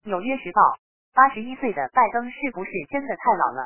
纽约时报，81岁的拜登是不是真的太老了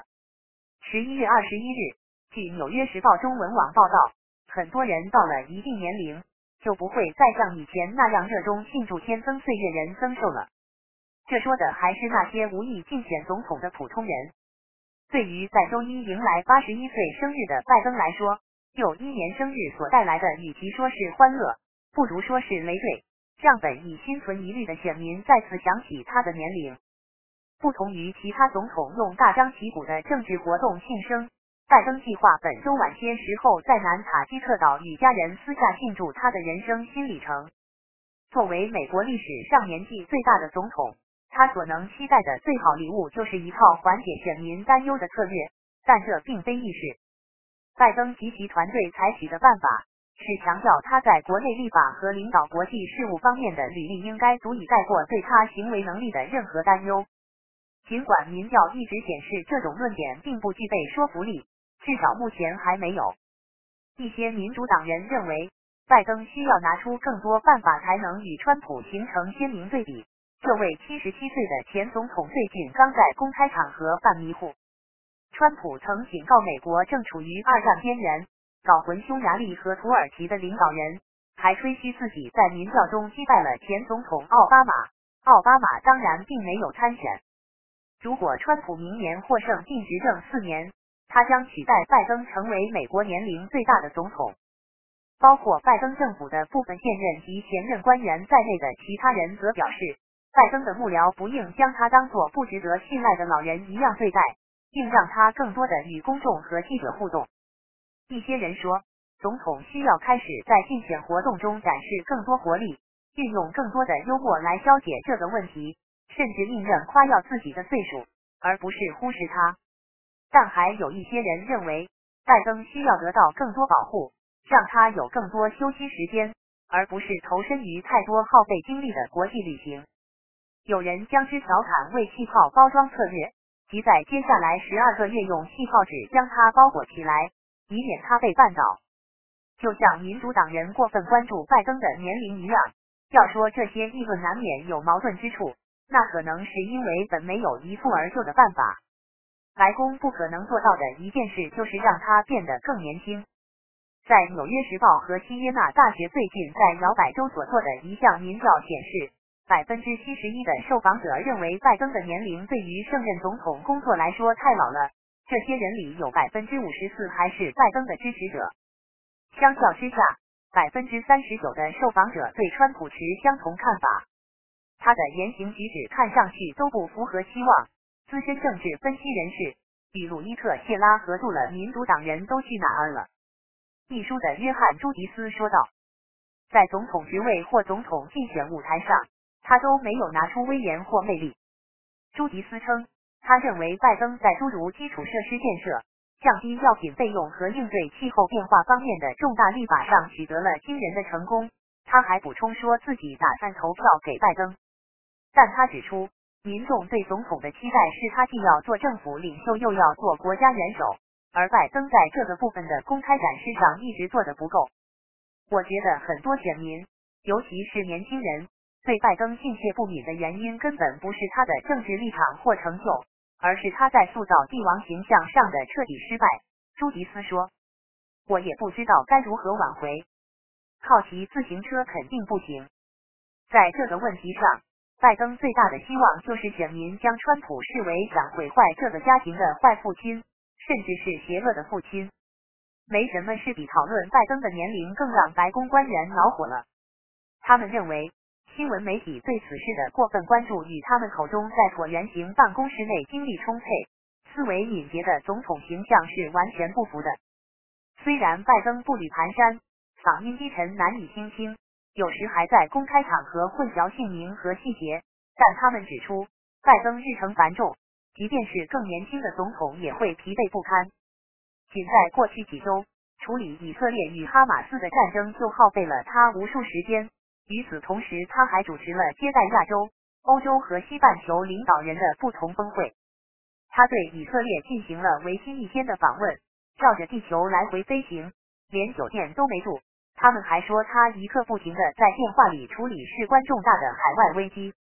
？11月21日，据纽约时报中文网报道，很多人到了一定年龄，就不会再像以前那样热衷庆祝天增岁月人增寿了。这说的还是那些无意竞选总统的普通人。对于在周一迎来81岁生日的拜登来说，又一年生日所带来的与其说是欢乐，不如说是累赘，让本已心存疑虑的选民再次想起他的年龄。不同于其他总统用大张旗鼓的政治活动庆生，拜登计划本周晚些时候在南塔基特岛与家人私下庆祝他的人生新里程。作为美国历史上年纪最大的总统，他所能期待的最好礼物就是一套缓解选民担忧的策略，但这并非易事。拜登及其团队采取的办法是强调他在国内立法和领导国际事务方面的履历应该足以盖过对他行为能力的任何担忧。尽管民调一直显示这种论点并不具备说服力，至少目前还没有。一些民主党人认为，拜登需要拿出更多办法才能与川普形成鲜明对比。这位77岁的前总统最近刚在公开场合犯迷糊。川普曾警告美国正处于二战边缘，搞混匈牙利和土耳其的领导人，还吹嘘自己在民调中击败了前总统奥巴马。奥巴马当然并没有参选。如果川普明年获胜并执政4年，他将取代拜登成为美国年龄最大的总统。包括拜登政府的部分现任及前任官员在内的其他人则表示，拜登的幕僚不应将他当作不值得信赖的老人一样对待，并让他更多的与公众和记者互动。一些人说，总统需要开始在竞选活动中展示更多活力，运用更多的幽默来消解这个问题，甚至宁愿夸耀自己的岁数，而不是忽视他。但还有一些人认为，拜登需要得到更多保护，让他有更多休息时间，而不是投身于太多耗费精力的国际旅行。有人将之调侃为气泡包装策略，即在接下来12个月用气泡纸将它包裹起来，以免它被绊倒。就像民主党人过分关注拜登的年龄一样，要说这些议论难免有矛盾之处，那可能是因为本没有一蹴而就的办法。白宫不可能做到的一件事就是让他变得更年轻。在《纽约时报》和西耶纳大学最近在摇摆州所做的一项民调显示，71%的受访者认为拜登的年龄对于胜任总统工作来说太老了，这些人里有54%还是拜登的支持者。相较之下，39%的受访者对川普持相同看法。他的言行举止看上去都不符合期望。资深政治分析人士与鲁伊特·谢拉合著了《民主党人都去哪儿了》一书的约翰·朱迪斯说道，在总统职位或总统竞选舞台上，他都没有拿出威严或魅力。朱迪斯称，他认为拜登在诸如基础设施建设、降低药品费用和应对气候变化方面的重大立法上取得了惊人的成功。他还补充说自己打算投票给拜登，但他指出，民众对总统的期待是他既要做政府领袖又要做国家元首，而拜登在这个部分的公开展示上一直做得不够。我觉得很多选民，尤其是年轻人，对拜登敬谢不敏的原因根本不是他的政治立场或成就，而是他在塑造帝王形象上的彻底失败。朱迪斯说，我也不知道该如何挽回。靠骑自行车肯定不行。在这个问题上，拜登最大的希望就是选民将川普视为想毁坏这个家庭的坏父亲，甚至是邪恶的父亲。没什么事比讨论拜登的年龄更让白宫官员恼火了。他们认为，新闻媒体对此事的过分关注与他们口中在椭圆形办公室内精力充沛、思维敏捷的总统形象是完全不符的。虽然拜登步履蹒跚，嗓音低沉难以倾听，有时还在公开场合混淆姓名和细节，但他们指出，拜登日程繁重，即便是更年轻的总统也会疲惫不堪。仅在过去几周，处理以色列与哈马斯的战争就耗费了他无数时间。与此同时，他还主持了接待亚洲、欧洲和西半球领导人的不同峰会。他对以色列进行了为期1天的访问，绕着地球来回飞行，连酒店都没住。他们还说他一刻不停地在电话里处理事关重大的海外危机。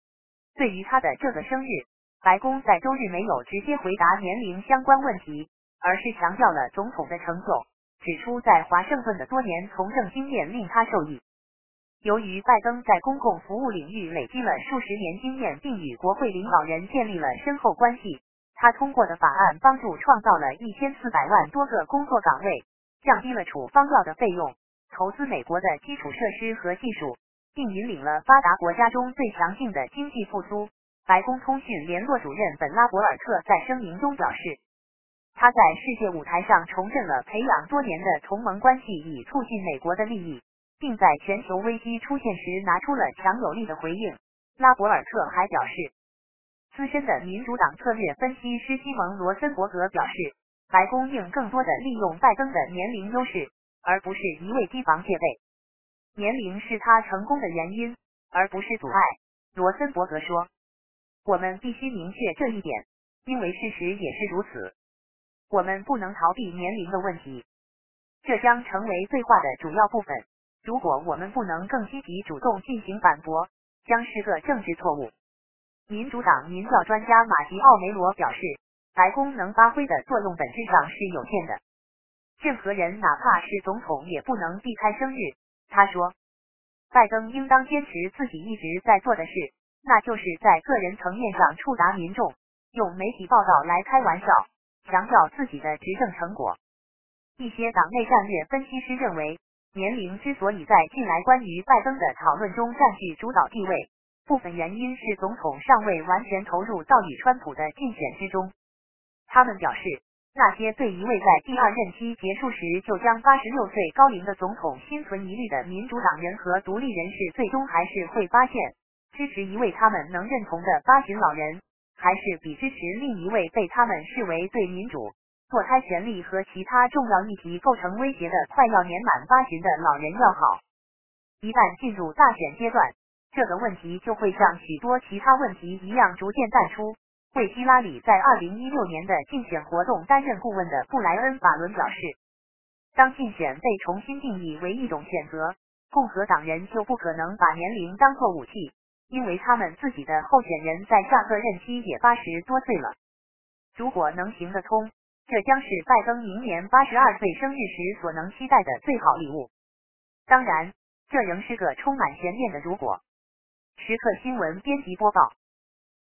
对于他的这个生日，白宫在周日没有直接回答年龄相关问题，而是强调了总统的成就，指出在华盛顿的多年从政经验令他受益。由于拜登在公共服务领域累积了数十年经验，并与国会领导人建立了深厚关系，他通过的法案帮助创造了1400万多个工作岗位，降低了处方药的费用，投资美国的基础设施和技术，并引领了发达国家中最强劲的经济复苏。白宫通讯联络主任本拉伯尔特在声明中表示，他在世界舞台上重振了培养多年的同盟关系，以促进美国的利益，并在全球危机出现时拿出了强有力的回应。拉伯尔特还表示，资深的民主党策略分析师西蒙·罗森伯格表示，白宫应更多的利用拜登的年龄优势，而不是一味提防戒备。年龄是他成功的原因，而不是阻碍。罗森伯格说，我们必须明确这一点，因为事实也是如此。我们不能逃避年龄的问题，这将成为对话的主要部分。如果我们不能更积极主动进行反驳，将是个政治错误。民主党民调专家马吉奥梅罗表示，白宫能发挥的作用本质上是有限的。任何人哪怕是总统也不能避开生日。他说，拜登应当坚持自己一直在做的事，那就是在个人层面上触达民众，用媒体报道来开玩笑，强调自己的执政成果。一些党内战略分析师认为，年龄之所以在近来关于拜登的讨论中占据主导地位，部分原因是总统尚未完全投入到与川普的竞选之中。他们表示，那些对一位在第二任期结束时就将86岁高龄的总统心存疑虑的民主党人和独立人士，最终还是会发现，支持一位他们能认同的八旬老人，还是比支持另一位被他们视为对民主、堕胎权利和其他重要议题构成威胁的快要年满八旬的老人要好。一旦进入大选阶段，这个问题就会像许多其他问题一样逐渐淡出。为希拉里在2016年的竞选活动担任顾问的布莱恩·法伦表示，当竞选被重新定义为一种选择，共和党人就不可能把年龄当作武器，因为他们自己的候选人在下个任期也80多岁了。如果能行得通，这将是拜登明年82岁生日时所能期待的最好礼物。当然，这仍是个充满悬念的如果。时刻新闻编辑播报。